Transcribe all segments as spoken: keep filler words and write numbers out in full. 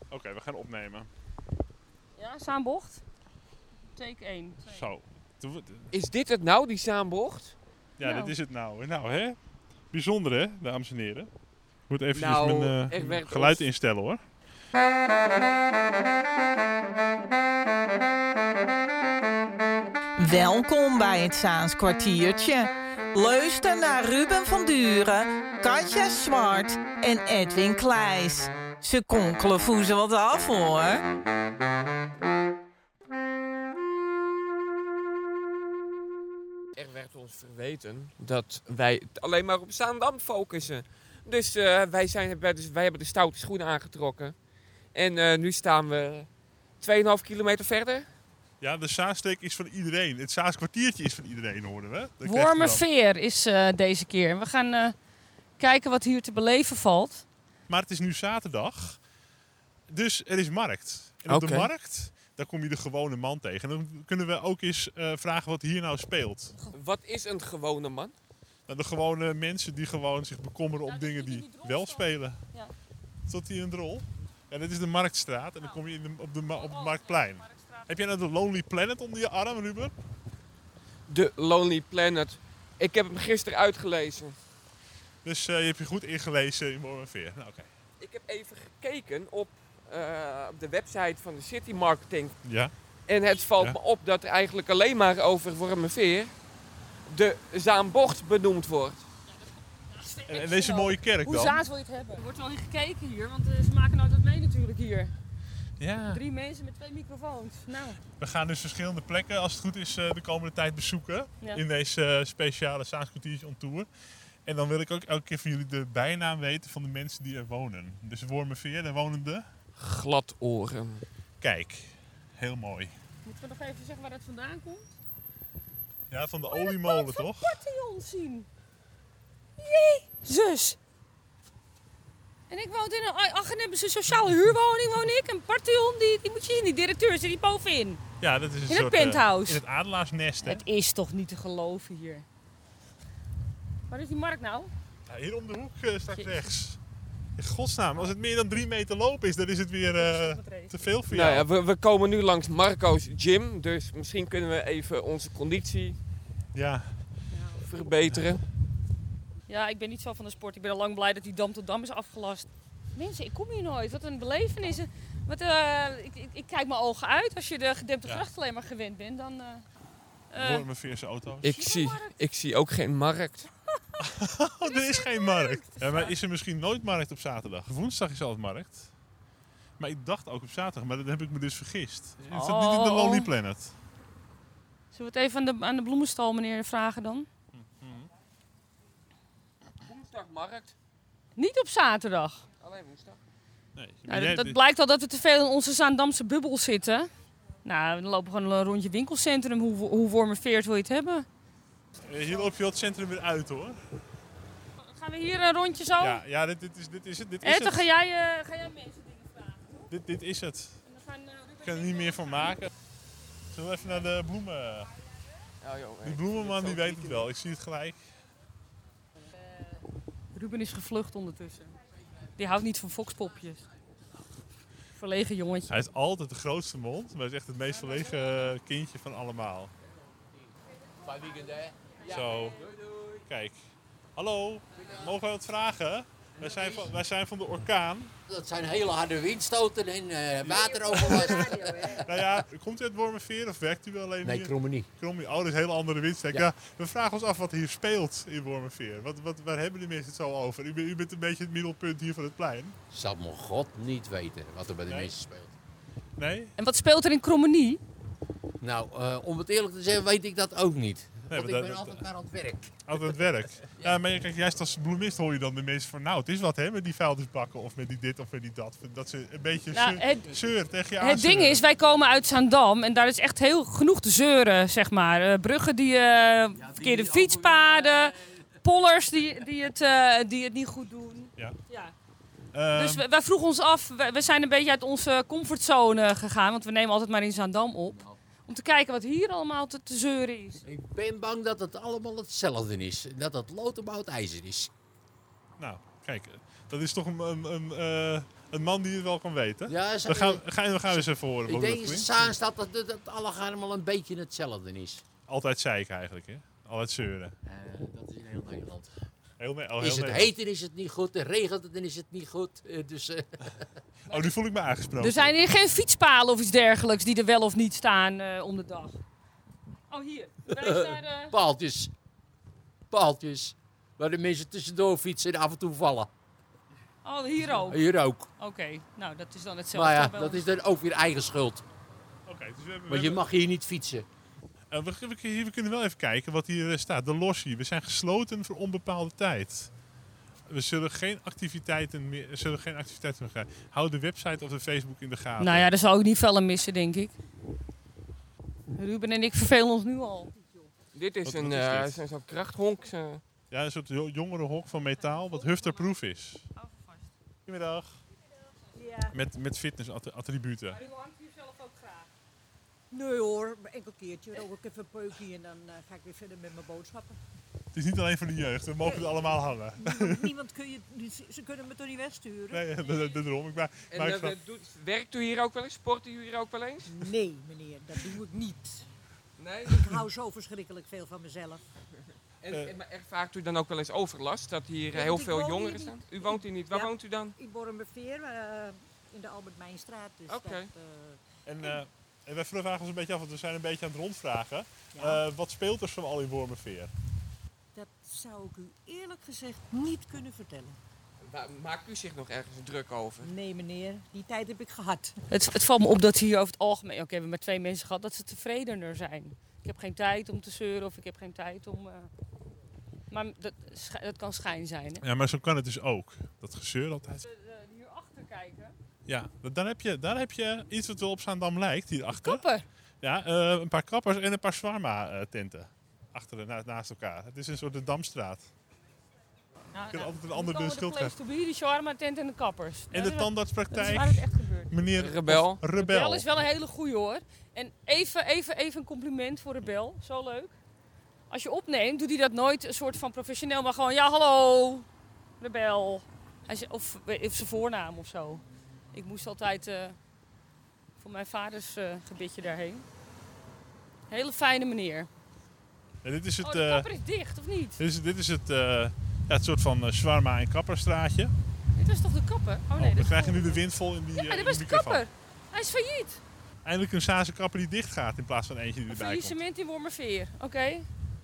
Oké, okay, we gaan opnemen. Ja, saambocht. Take één. Zo. Is dit het nou, die saambocht? Ja, nou. dit is het nou. Nou, hè? Bijzonder, hè, dames en heren. Ik moet even nou, mijn uh, echt geluid ons... instellen, hoor. Welkom bij het Saans kwartiertje. Luister naar Ruben van Duren, Katja Zwart en Edwin Kleijs. Ze konkelen voezen wat af, hoor. Er werd ons verweten dat wij alleen maar op Zaandam focussen. Dus, uh, wij, zijn, dus wij hebben de stoute schoenen aangetrokken. En uh, nu staan we twee komma vijf kilometer verder. Ja, de Saansteek is van iedereen. Het Saans kwartiertje is van iedereen, hoorden we. Wormerveer is uh, deze keer. We gaan uh, kijken wat hier te beleven valt. Maar het is nu zaterdag. Dus er is markt. En op okay. de markt, daar kom je de gewone man tegen. En dan kunnen we ook eens uh, vragen wat hier nou speelt. Wat is een gewone man? Nou, de gewone mensen die gewoon zich bekommeren op ja, dingen die, die wel spelen. Ja. Tot hier een drol. Ja, dit is de Marktstraat. En dan kom je in de, op, de, op het Marktplein. Heb jij nou de Lonely Planet onder je arm, Ruben? De Lonely Planet. Ik heb hem gisteren uitgelezen. Dus uh, je hebt je goed ingelezen in Wormerveer. Nou, okay. Ik heb even gekeken op, uh, op de website van de City Marketing. Ja. En het valt ja. me op dat er eigenlijk alleen maar over Wormerveer de Zaanbocht benoemd wordt. En, en deze mooie kerk Hoe dan? Hoe Zaans wil je het hebben? Er wordt wel niet gekeken hier, want uh, ze maken nou dat mee natuurlijk hier. Ja. Drie mensen met twee microfoons. Nou. We gaan dus verschillende plekken, als het goed is, de komende tijd bezoeken. Ja. In deze speciale Saans kwartiertje on tour. En dan wil ik ook elke keer van jullie de bijnaam weten van de mensen die er wonen. Dus Wormerveer, daar wonen de... Gladoren. Kijk, heel mooi. Moeten we nog even zeggen waar dat vandaan komt? Ja, van de oh, oliemolen, toch? Ik Partillon zien. Jezus. En ik woon in een... Ach, en hebben ze een sociale huurwoning, woon ik. Een Partillon, die, die moet je zien. Die directeur zit hier bovenin. Ja, dat is een in soort... het penthouse. Uh, in het adelaarsnest, hè? Het is toch niet te geloven hier. Waar is die markt nou? Ja, hier om de hoek, uh, straks rechts. In godsnaam, als het meer dan drie meter lopen is, dan is het weer uh, te veel voor jou. Nou ja, we, we komen nu langs Marco's Gym, dus misschien kunnen we even onze conditie ja. verbeteren. Ja, ik ben niet zo van de sport. Ik ben al lang blij dat die Dam tot Dam is afgelast. Mensen, ik kom hier nooit. Wat een belevenis. Wat, uh, ik, ik, ik kijk mijn ogen uit. Als je de gedempte gracht ja. alleen maar gewend bent, dan... Uh, uh, mijn veerse auto's. Ik zie, ik zie ook geen markt. Oh, er is geen markt. Ja, maar is er misschien nooit markt op zaterdag? Woensdag is altijd markt. Maar ik dacht ook op zaterdag, maar dat heb ik me dus vergist. Oh. Is dat niet in de Lonely Planet? Zullen we het even aan de, aan de bloemenstal meneer vragen dan? Mm-hmm. Woensdagmarkt? Niet op zaterdag. Alleen woensdag. Nee, nou, dat, dat blijkt al dat we te veel in onze Zaandamse bubbel zitten. Nou, dan lopen we gewoon een rondje winkelcentrum. Hoe, hoe Wormerveer wil je het hebben? Hier loop je het centrum weer uit, hoor. Gaan we hier een rondje zo? Ja, ja dit, dit, is, dit is het. Dit is en dan ga jij, uh, ga jij mensen dingen vragen? Dit, dit is het. En dan gaan, uh, ik kan er niet meer van maken. Zullen we even naar de bloemen... Ja, joh, die bloemenman die weet het wel, ik zie het gelijk. Uh, Ruben is gevlucht ondertussen. Die houdt niet van foxpopjes. Verlegen jongetje. Hij is altijd de grootste mond, maar hij is echt het meest verlegen kindje van allemaal. Zo, kijk. Hallo, mogen we wat vragen? Wij zijn van, wij zijn van de orkaan. Dat zijn hele harde windstoten en uh, wateroverlast. Nou ja, komt u uit Wormerveer of werkt u alleen nee, hier? Krommenie. Krommenie. Oh, dat is een hele andere windstreek. Ja. Ja, we vragen ons af wat hier speelt in Wormerveer. Wat, wat, waar hebben de mensen het zo over? U, u bent een beetje het middelpunt hier van het plein. Zal mijn god niet weten wat er bij de nee. mensen speelt. Nee? En wat speelt er in Krommenie? Nou, uh, om het eerlijk te zeggen weet ik dat ook niet. Nee, Want ik dat, ben dat, altijd maar aan het werk. Altijd aan het werk. Ja, ja, maar kijk, juist als bloemist hoor je dan de mensen van... Nou, het is wat hè, met die vuilnisbakken of met die dit of met die dat. Dat ze een beetje nou, zeur, het, zeur tegen je aan. Het ding is, wij komen uit Zaandam en daar is echt heel genoeg te zeuren, zeg maar. Uh, bruggen die, uh, ja, verkeerde die fietspaden, pollers die, die, het, uh, die het niet goed doen. Ja. Ja. Um, dus wij, wij vroegen ons af, wij, we zijn een beetje uit onze comfortzone gegaan, want we nemen altijd maar in Zaandam op. Om te kijken wat hier allemaal te, te zeuren is. Ik ben bang dat het allemaal hetzelfde is. Dat het lood om oud ijzer is. Nou, kijk, dat is toch een, een, een uh, Een man die het wel kan weten. Ja, ze, Dan gaan, gaan, dan gaan we eens even horen. ik hoe denk dat in klinkt. Zaanstad dat, dat, dat alle allemaal een beetje hetzelfde is. Altijd zeiken eigenlijk, hè? Altijd zeuren. Uh, dat is in heel Nederland. Heel, ne- oh, heel Is het Nederland. heet, dan is het niet goed. En regent het, dan is het niet goed. Uh, dus, uh, Oh, nu voel ik me aangesproken. Er zijn hier geen fietspalen of iets dergelijks die er wel of niet staan uh, om de dag. Oh, hier. Wijs daar, uh... Paaltjes. Paaltjes. Waar de mensen tussendoor fietsen en af en toe vallen. Oh, hier ook? Oké, Hier ook. okay. Nou dat is dan hetzelfde. Maar ja, wel. dat is dan ook weer eigen schuld. Oké, dus we hebben, we Want je hebben- mag hier niet fietsen. Uh, we, we, we- we kunnen wel even kijken wat hier uh, staat. De lossie. We zijn gesloten voor onbepaalde tijd. We zullen geen activiteiten meer, er zullen geen activiteiten meer gaan. Hou de website of de Facebook in de gaten. Nou ja, daar zou ik niet veel aan missen, denk ik. Ruben en ik vervelen ons nu al. Dit is Wat- een wat is eh, dit? zo'n zo'n krachthonk. zo. Ja, een soort jo- jongerenhok van metaal wat hufterproof is. Goedemiddag. Ja. Met, met fitnessattributen. U hangt hier zelf ook graag. Nee hoor, maar enkel keertje. Dan rook ik even een peukje en dan uh, ga ik weer verder met mijn boodschappen. Het is niet alleen voor de jeugd, we mogen het allemaal hangen. Niemand, niemand kun je, ze kunnen me toch niet wegsturen? Nee, dat, dat, dat erom. Ik maak, En maak eh, grap. dat doet- werkt u hier ook wel eens? Sport u hier ook wel eens? Nee meneer, dat doe ik niet. Nee. Ik hou zo verschrikkelijk veel van mezelf. En, Eh. en maar ervaart u dan ook wel eens overlast? Dat hier eh, Ja, heel want ik veel woon jongeren hier staan? niet. U woont hier niet. Waar Ja. woont u dan? In Bormerveer, uh, in de Albert Mijnstraat. Dus Oké. dat, uh, En, uh, en wij vragen ons een beetje af, want we zijn een beetje aan het rondvragen. ja, Uh, wat speelt er zoal in Wormerveer? dat zou ik u eerlijk gezegd niet kunnen vertellen. Waar- Maakt u zich nog ergens druk over? Nee meneer, die tijd heb ik gehad. Het, het valt me op dat ze hier over het algemeen, oké, we hebben maar twee mensen gehad, dat ze tevredener zijn. Ik heb geen tijd om te zeuren of ik heb geen tijd om... Uh... Maar dat, sch- dat kan schijn zijn, hè? Ja, maar zo kan het dus ook. Dat gezeur altijd. Als we uh, hierachter kijken... Ja, dan heb je, daar heb je iets wat wel op Zaandam lijkt, hierachter. Kappen! Ja, uh, een paar kappers en een paar shawarma-tenten. Achter, na, naast elkaar. Het is een soort de Damstraat. Nou, Je kunt altijd een nu ander komen schild de place to be, die shawarma tent en de kappers. En Dat de is waar- Dat is tandartspraktijk, waar het echt gebeurt. meneer Rebel. of Rebel. Rebel is wel een hele goeie hoor. En even, even, even een compliment voor Rebel. Zo leuk. Als je opneemt, doet hij dat nooit een soort van professioneel, maar gewoon ja, hallo, Rebel. Hij zegt- Of, of zijn voornaam of zo. Ik moest altijd uh, voor mijn vaders uh, gebedje daarheen. Hele fijne meneer. En dit is het, Oh, de uh, kapper is dicht, of niet? dit is, dit is het, uh, ja, het soort van uh, shawarma- en kapperstraatje. Dit was toch de kapper? Oh nee, Oh, dit we is krijgen nu gewoon- de wind vol in die, uh, Ja, in dit was die de microfoon. kapper. Hij is failliet. Eindelijk een Zaanse kapper die dicht gaat in plaats van eentje die Een erbij komt. faillissement in Wormerveer. Oké. Okay.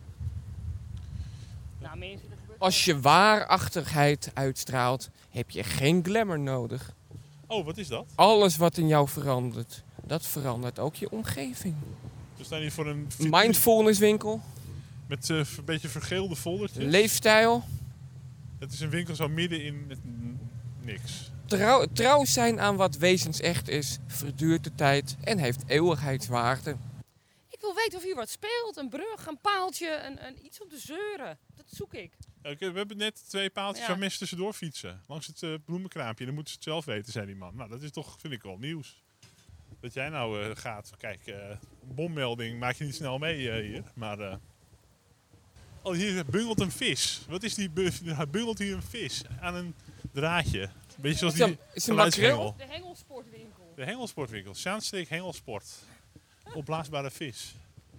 Nou mensen, er gebeurt Als je waarachtigheid uitstraalt, heb je geen glamour nodig. Oh, wat is dat? Alles wat in jou verandert, dat verandert ook je omgeving. We staan hier voor een Mindfulness winkel, met uh, een beetje vergeelde foldertjes. leefstijl, Het is een winkel zo midden in het n- niks. trouw, trouw zijn aan wat wezensecht is, verduurt de tijd en heeft eeuwigheidswaarde. Ik wil weten of hier wat speelt. Een brug, een paaltje, een, een, iets om te zeuren. Dat zoek ik. Ja, oké, we hebben net twee paaltjes Ja. waar mensen tussendoor fietsen. Langs het uh, bloemenkraampje. Dan moeten ze het zelf weten, zei die man. Nou, dat is toch, vind ik wel nieuws. Dat jij nou uh, gaat. Kijk, uh, bommelding maak je niet snel mee uh, hier. Maar... Uh... Oh, hier bungelt een vis. Wat is die? bu- Hij bungelt hier een vis aan een draadje. Beetje zoals Is het die een- is het een makreel? geluidshengel. De hengelsportwinkel. De hengelsportwinkel. Sjaanstreek Hengelsport. Opblaasbare vis.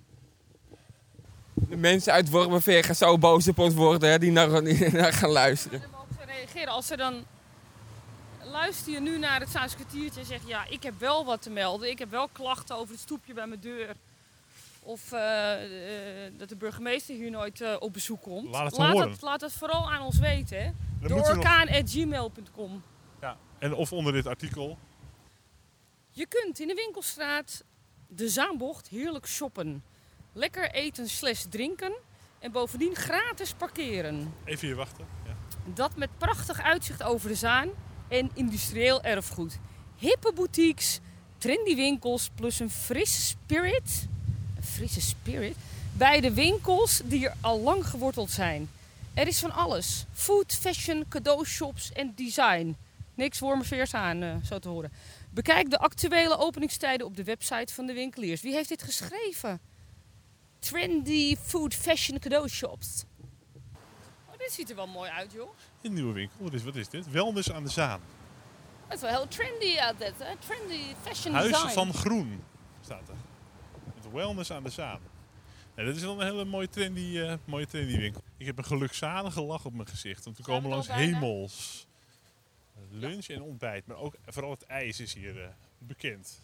De mensen uit Wormerveer gaan zo boos op ons worden, hè, die naar, die naar gaan luisteren. Dan mogen ze reageren. Als ze dan luister je nu naar het Zaanse kwartiertje en zeggen ja, ik heb wel wat te melden. Ik heb wel klachten over het stoepje bij mijn deur. Of uh, uh, dat de burgemeester hier nooit uh, op bezoek komt. Laat het laat, horen. het, laat het vooral aan ons weten. Hè. Dan De moet u nog- orkaan at gmail punt com. Ja. En of onder dit artikel. Je kunt in de winkelstraat de Zaanbocht heerlijk shoppen. Lekker eten slash drinken. En bovendien gratis parkeren. Even hier wachten. Ja. Dat met prachtig uitzicht over de Zaan en industrieel erfgoed. Hippe boutiques, trendy winkels plus een frisse spirit. Een frisse spirit. Bij de winkels die er al lang geworteld zijn. Er is van alles. Food, fashion, cadeaushops en design. Niks Wormerveers aan, uh, zo te horen. Bekijk de actuele openingstijden op de website van de winkeliers. Wie heeft dit geschreven? Trendy food, fashion, cadeaushops. Oh, dit ziet er wel mooi uit, joh. Een nieuwe winkel. Wat is, wat is dit? Wellness aan de Zaan. Het is wel heel trendy altijd, hè? Trendy fashion Huis design. van Groen staat er. Met wellness aan de Zaan. Nee, dat is wel een hele mooie trendy, uh, mooie trendy winkel. Ik heb een gelukzalige lach op mijn gezicht. Want we Zijn komen we langs al bijna? Hemels. Lunch en ontbijt. Maar ook vooral het ijs is hier uh, bekend.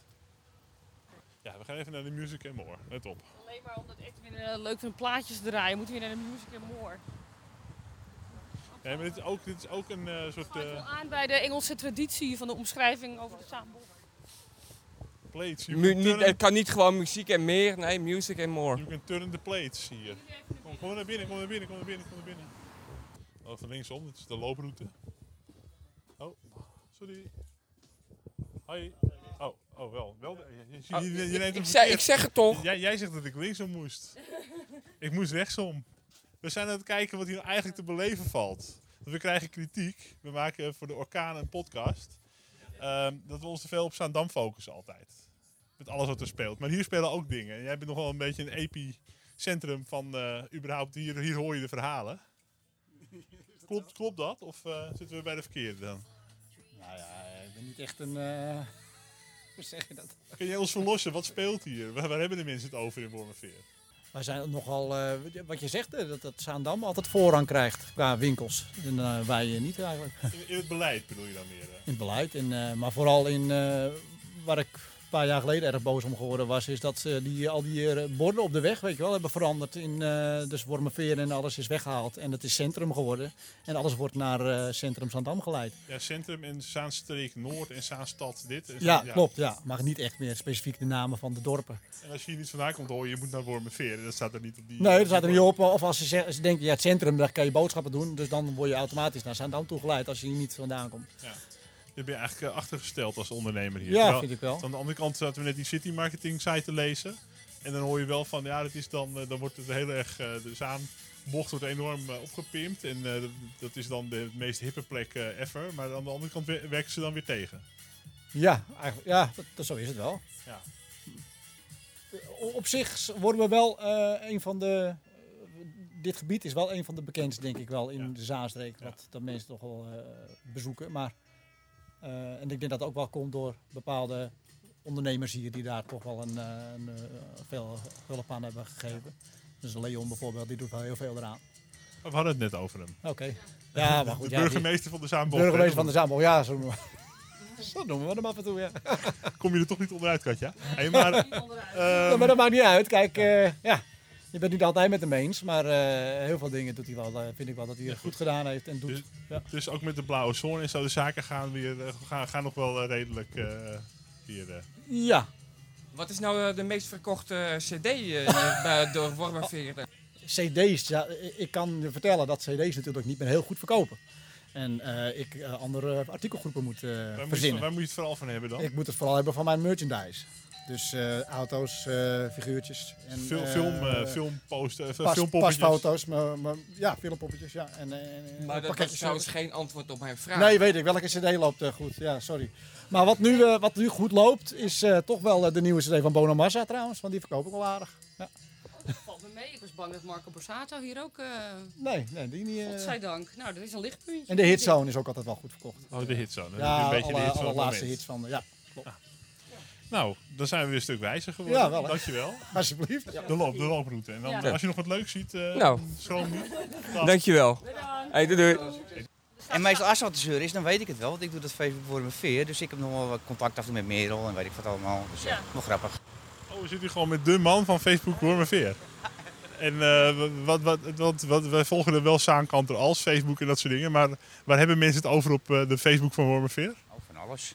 Ja, we gaan even naar de Music and More. Let op. Alleen maar omdat Edwin uh, leuk vindt plaatjes te draaien, moeten we weer naar de Music and More. Ja, maar dit is ook, dit is ook een uh, soort... Het sluit Uh, wel aan bij de Engelse traditie van de omschrijving over de Zaanbocht. plates. You Mu- can niet, turn- het kan niet gewoon muziek en meer, nee, music and more. You can turn the plates hier. Kom, kom naar binnen, kom naar binnen, kom naar binnen, kom naar binnen. Oh, van linksom, dit is de looproute. Oh, sorry. Hoi. Oh, oh wel. wel je, je, Oh, je, je ik, neemt ik, hem zeg, verkeerd. ik zeg het toch. Jij, jij zegt dat ik linksom moest. Ik moest rechtsom. We zijn aan het kijken wat hier nou eigenlijk te beleven valt. We krijgen kritiek. We maken voor de Orkaan een podcast. Um, dat we ons te veel op Zaandam focussen altijd. Met alles wat er speelt. Maar hier spelen ook dingen. En jij bent nog wel een beetje een epicentrum van uh, überhaupt. Hier, hier hoor je de verhalen. Klopt, klopt dat? Of uh, zitten we bij de verkeerde dan? Nou ja, ik ben niet echt een... Uh, hoe zeg je dat? Kun je ons verlossen? Wat speelt hier? Waar, waar hebben de mensen het over in Wormerveer? Wij zijn nogal, uh, wat je zegt, dat, dat Zaandam altijd voorrang krijgt qua winkels. En uh, wij uh, niet eigenlijk. In, in het beleid bedoel je dan meer? Uh? In het beleid, en, uh, maar vooral in uh, waar ik een paar jaar geleden erg boos om geworden was, is dat uh, die, al die uh, borden op de weg, weet je wel, hebben veranderd. In, uh, dus Wormerveer en alles is weggehaald en het is centrum geworden. En alles wordt naar uh, centrum Zaandam geleid. Ja, centrum en Zaanstreek Noord en Zaanstad dit. En Ja, ja, klopt, ja. Maar niet echt meer specifiek de namen van de dorpen. En als je hier niet vandaan komt hoor je, je moet naar Wormerveer. En dat staat er niet op die... Nee, dat staat er niet op. Of als ze, zeggen, als ze denken, ja, het centrum, daar kan je boodschappen doen. Dus dan word je automatisch naar Zaandam toegeleid als je hier niet vandaan komt. Ja. Je bent eigenlijk uh, achtergesteld als ondernemer hier. Ja, Terwijl, vind ik wel. Aan de andere kant zaten we net die city marketing site te lezen. En dan hoor je wel van, ja, dat is dan, uh, dan wordt het heel erg, uh, de Zaanbocht wordt enorm uh, opgepimpt. En uh, dat is dan de meest hippe plek uh, ever. Maar aan de andere kant wer- werken ze dan weer tegen. Ja, eigenlijk, ja dat, dat, zo is het wel. Ja. Op zich worden we wel uh, een van de... Uh, dit gebied is wel een van de bekendste, denk ik wel, in Ja. de Zaanstreek. Ja. Wat dat mensen toch wel uh, bezoeken. Maar, uh, en ik denk dat dat ook wel komt door bepaalde ondernemers hier die daar toch wel een, uh, een, uh, veel hulp aan hebben gegeven. Dus Leon bijvoorbeeld, die doet wel heel veel eraan. We hadden het net over hem. Oké. Okay. Ja, maar goed. De ja, burgemeester van de Zaanbocht. burgemeester van de Zaanbocht, ja, zo noemen we, zo noemen we hem af en toe, ja. Kom je er toch niet onderuit, Katja? Hey, maar, uh, Ja, maar dat maakt niet uit. Kijk, uh, ja, je bent niet altijd met hem eens, maar uh, heel veel dingen doet hij wel, uh, vind ik wel dat hij Ja, goed goed. gedaan heeft en doet. Dus, Ja. dus ook met de blauwe zone en zo, de zaken gaan, weer, uh, gaan, gaan nog wel uh, redelijk uh, weer... Uh, Ja, Wat is nou uh, de meest verkochte cd uh, hier bij, door Wormerveer? cd's, ja, ik kan je vertellen dat cd's natuurlijk niet meer heel goed verkopen. En uh, ik uh, andere artikelgroepen moet uh, waar, moet je, verzinnen. waar moet je het vooral van hebben dan? Ik moet het vooral hebben van mijn merchandise. Dus uh, auto's, uh, figuurtjes. En, Fil- uh, film, uh, filmposter, uh, pas, filmpoppetjes. pasfoto's, maar, maar, ja, filmpoppetjes, ja. En, en, Maar dat was pakketjes. trouwens geen antwoord op mijn vraag. Nee, weet ik. Welke cd loopt uh, goed? Ja, sorry. Maar wat nu, uh, wat nu goed loopt, is uh, toch wel uh, de nieuwe cd van Bono Massa trouwens. Want die verkoop ik wel aardig. Ja. Valt me mee, ik was bang dat Marco Borsato hier ook... Uh, Nee, nee, die niet. Uh... Godzijdank. Nou, dat is een lichtpuntje. En de hitzone is ook altijd wel goed verkocht. Oh, de hitzone. Dat Ja, is een beetje alle, de hits van alle het laatste moment. hits van... Ja, klopt. Nou, dan zijn we weer een stuk wijzer geworden. Ja, wel, hè. Dankjewel. Alsjeblieft. De, loop, de looproute. En dan, Ja. als je nog wat leuks ziet, uh, Nou. schroom niet. Dag. Dankjewel. Hey, doei doei. En meestal als het te zeuren is, dan weet ik het wel. Want ik doe dat Facebook voor mijn veer. Dus ik heb nog wel wat contact af en toe met Merel en weet ik wat allemaal. Dus ja, Ja. wel grappig. Oh, we zitten hier gewoon met de man van Facebook Wormerveer. En uh, wat, wat, wat, wat, wij volgen er wel Zaankanter als Facebook en dat soort dingen. Maar waar hebben mensen het over op uh, de Facebook van Wormerveer? Oh, van alles.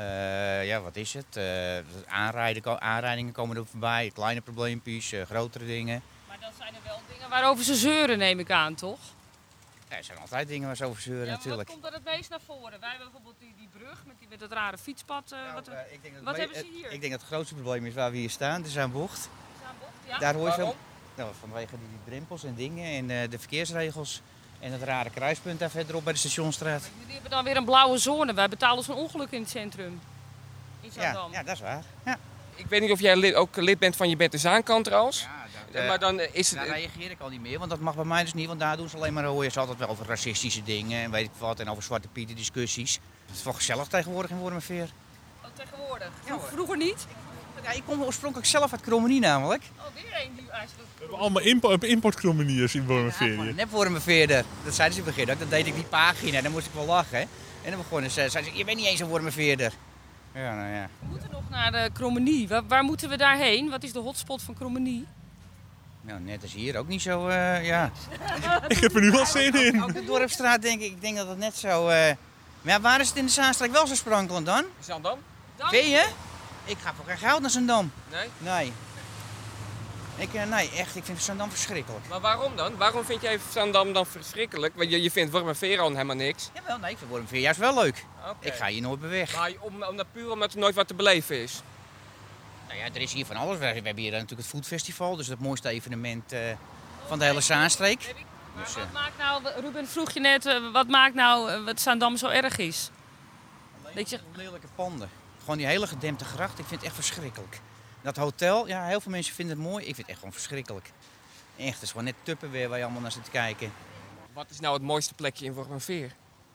Uh, ja, wat is het? Uh, aanrijden, aanrijdingen komen er voorbij, kleine probleempjes, uh, grotere dingen. Maar dan zijn er wel dingen waarover ze zeuren, neem ik aan, toch? Ja, er zijn altijd dingen waar ze over zeuren Ja, maar natuurlijk. wat komt er het meest naar voren? Wij hebben bijvoorbeeld die, die brug met, die, met dat rare fietspad. Uh, Nou, wat, uh, ik denk dat wat het hebben ze me- hier? Ik denk dat het grootste probleem is waar we hier staan, de Zaanbocht. Zaanbocht, ja? Daar hoor je Waarom? veel, nou, vanwege die, die drempels en dingen en uh, de verkeersregels. En het rare kruispunt daar verderop bij de Stationstraat. Jullie hebben dan weer een blauwe zone. Wij betalen zo'n ongeluk in het centrum. In Ja, Zaandam. ja, dat is waar. Ja. Ik weet niet of jij lid, ook lid bent van Je bent de Zaankanter als. Ja, dat, Uh, maar dan uh, is Daar het... reageer ik al niet meer, want dat mag bij mij dus niet. Want daar doen ze alleen maar, hoor je ze altijd wel over racistische dingen en weet ik wat. En over Zwarte Pieten discussies. Het is wel gezellig tegenwoordig in Wormerveer. Oh, tegenwoordig? Ja, hoor. Vroeger niet? Ja, ik kom oorspronkelijk zelf uit Krommenie namelijk. Oh, weer een die eigenlijk... We hebben allemaal impo importkrommeniers in Wormerveer hier. Nep Wormerveerder. Dat zeiden ze in het begin ook. Dat deed ik die pagina. Dan moest ik wel lachen. En dan begonnen ze. Zeiden ze, je bent niet eens een Wormerveerder. Ja, nou ja. We moeten nog naar de Krommenie. Waar, waar moeten we daarheen? Wat is de hotspot van Krommenie? Nou, net als hier ook niet zo, uh, ja. Ik heb er nu wel zin in. Ook de Dorpstraat denk ik. Ik denk dat het net zo... Uh... Maar ja, waar is het in de Zaanstreek wel zo sprankelend dan? Zandam? Vind je? Ik ga voor geen goud naar Zandam. Nee? Nee. Ik, uh, nee, echt. Ik vind Zandam verschrikkelijk. Maar waarom dan? Waarom vind jij Zandam dan verschrikkelijk? Want je, je vindt Wormerveer al helemaal niks. Jawel, nee, ik vind Wormerveer juist wel leuk. Okay. Ik ga hier nooit meer weg. Maar om, om, puur omdat er nooit wat te beleven is? Nou ja, er is hier van alles. We hebben hier natuurlijk het Foodfestival. Dus het mooiste evenement uh, van de hele Zaanstreek. Maar Dus, uh, wat maakt nou, Ruben vroeg je net, uh, wat maakt nou uh, wat Zaandam zo erg is? Weet je, lelijke panden. Gewoon die hele gedempte gracht. Ik vind het echt verschrikkelijk. Dat hotel, ja, heel veel mensen vinden het mooi. Ik vind het echt gewoon verschrikkelijk. Echt, het is gewoon net Tupperware waar je allemaal naar zit te kijken. Wat is nou het mooiste plekje in Wormerveer?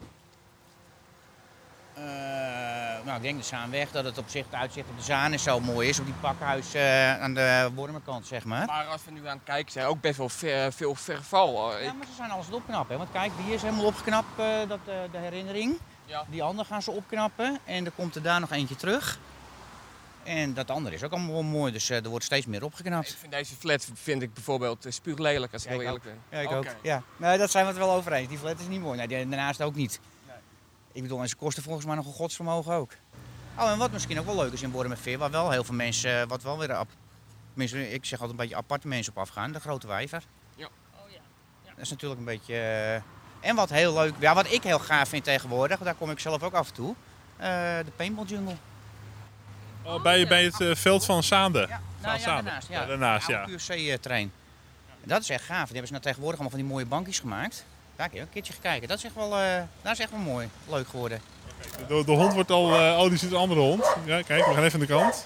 Uh, nou, ik denk de Zaanweg, dat het op zich, het uitzicht op de Zaan is zo mooi is. Op die pakhuis uh, aan de Wormerkant, zeg maar. Maar als we nu aan het kijken zijn, ook best wel ver, veel verval. Ja, maar ze zijn alles aan het opknappen. Hè? Want kijk, die is helemaal opgeknapt, uh, dat, uh, de herinnering. Ja. Die andere gaan ze opknappen en er komt er daar nog eentje terug. En dat andere is ook allemaal wel mooi, dus uh, er wordt steeds meer opgeknapt. Ik vind deze flat vind ik bijvoorbeeld uh, spuuglelijk, als ik ja, heel ik eerlijk ben. Ja, ik okay. ook. Ja. Nee, dat zijn we het wel over eens. Die flat is niet mooi. Nee, die daarnaast ook niet. Nee. Ik bedoel, en ze kosten volgens mij nog een godsvermogen ook. Oh, en wat misschien ook wel leuk is in Wormerveer, waar wel heel veel mensen, wat wel weer, tenminste, ik zeg altijd een beetje aparte mensen op afgaan, de Grote Wijver. Ja. Oh, ja. Ja. Dat is natuurlijk een beetje... Uh, en wat heel leuk, ja, wat ik heel gaaf vind tegenwoordig, daar kom ik zelf ook af en toe, uh, de paintball jungle. Oh, bij, bij het uh, veld van Zaande? Ja, nou, ja daarnaast. Ja, ja, daarnaast, ja. De Q C-trein. Dat is echt gaaf. Die hebben ze nou tegenwoordig allemaal van die mooie bankjes gemaakt. Daar kun je een keertje kijken. Dat is echt wel, uh, dat is echt wel mooi. Leuk geworden. Okay, de, de hond wordt al... Uh, oh, die zit een andere hond. Ja, kijk, we gaan even aan de kant.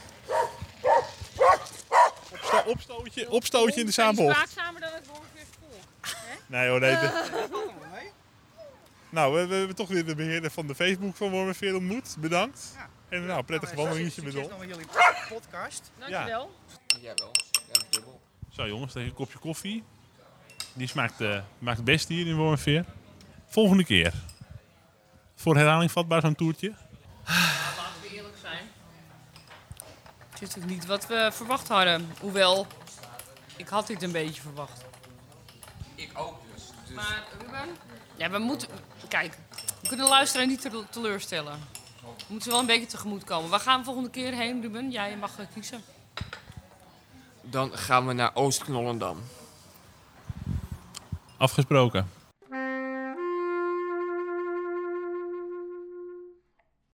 Opsto opstootje, opstootje in de Zaanbocht. Het is spraakzamer dan het Wormerveers volk. Nee hoor, nee. De... Nou, we, we hebben toch weer de beheerder van de Facebook van Wormerveer ontmoet. Bedankt. Ja. En nou, prettig nou, wandelingetje met ons. Nog jullie podcast. Dankjewel. Ja. Jawel, ja, dubbel. Zo jongens, tegen een kopje koffie. Die smaakt, uh, maakt het beste hier in Wormerveer. Volgende keer. Voor herhaling vatbaar zo'n toertje. Laten we eerlijk zijn. Het is natuurlijk niet wat we verwacht hadden. Hoewel, ik had dit een beetje verwacht. Ik ook dus. dus. Maar Ruben? Ja, we moeten... Kijk, we kunnen de luisteraar niet teleurstellen. We moeten ze wel een beetje tegemoet komen. Waar gaan we volgende keer heen, Ruben? Jij mag kiezen. Dan gaan we naar Oost-Knollendam. Afgesproken.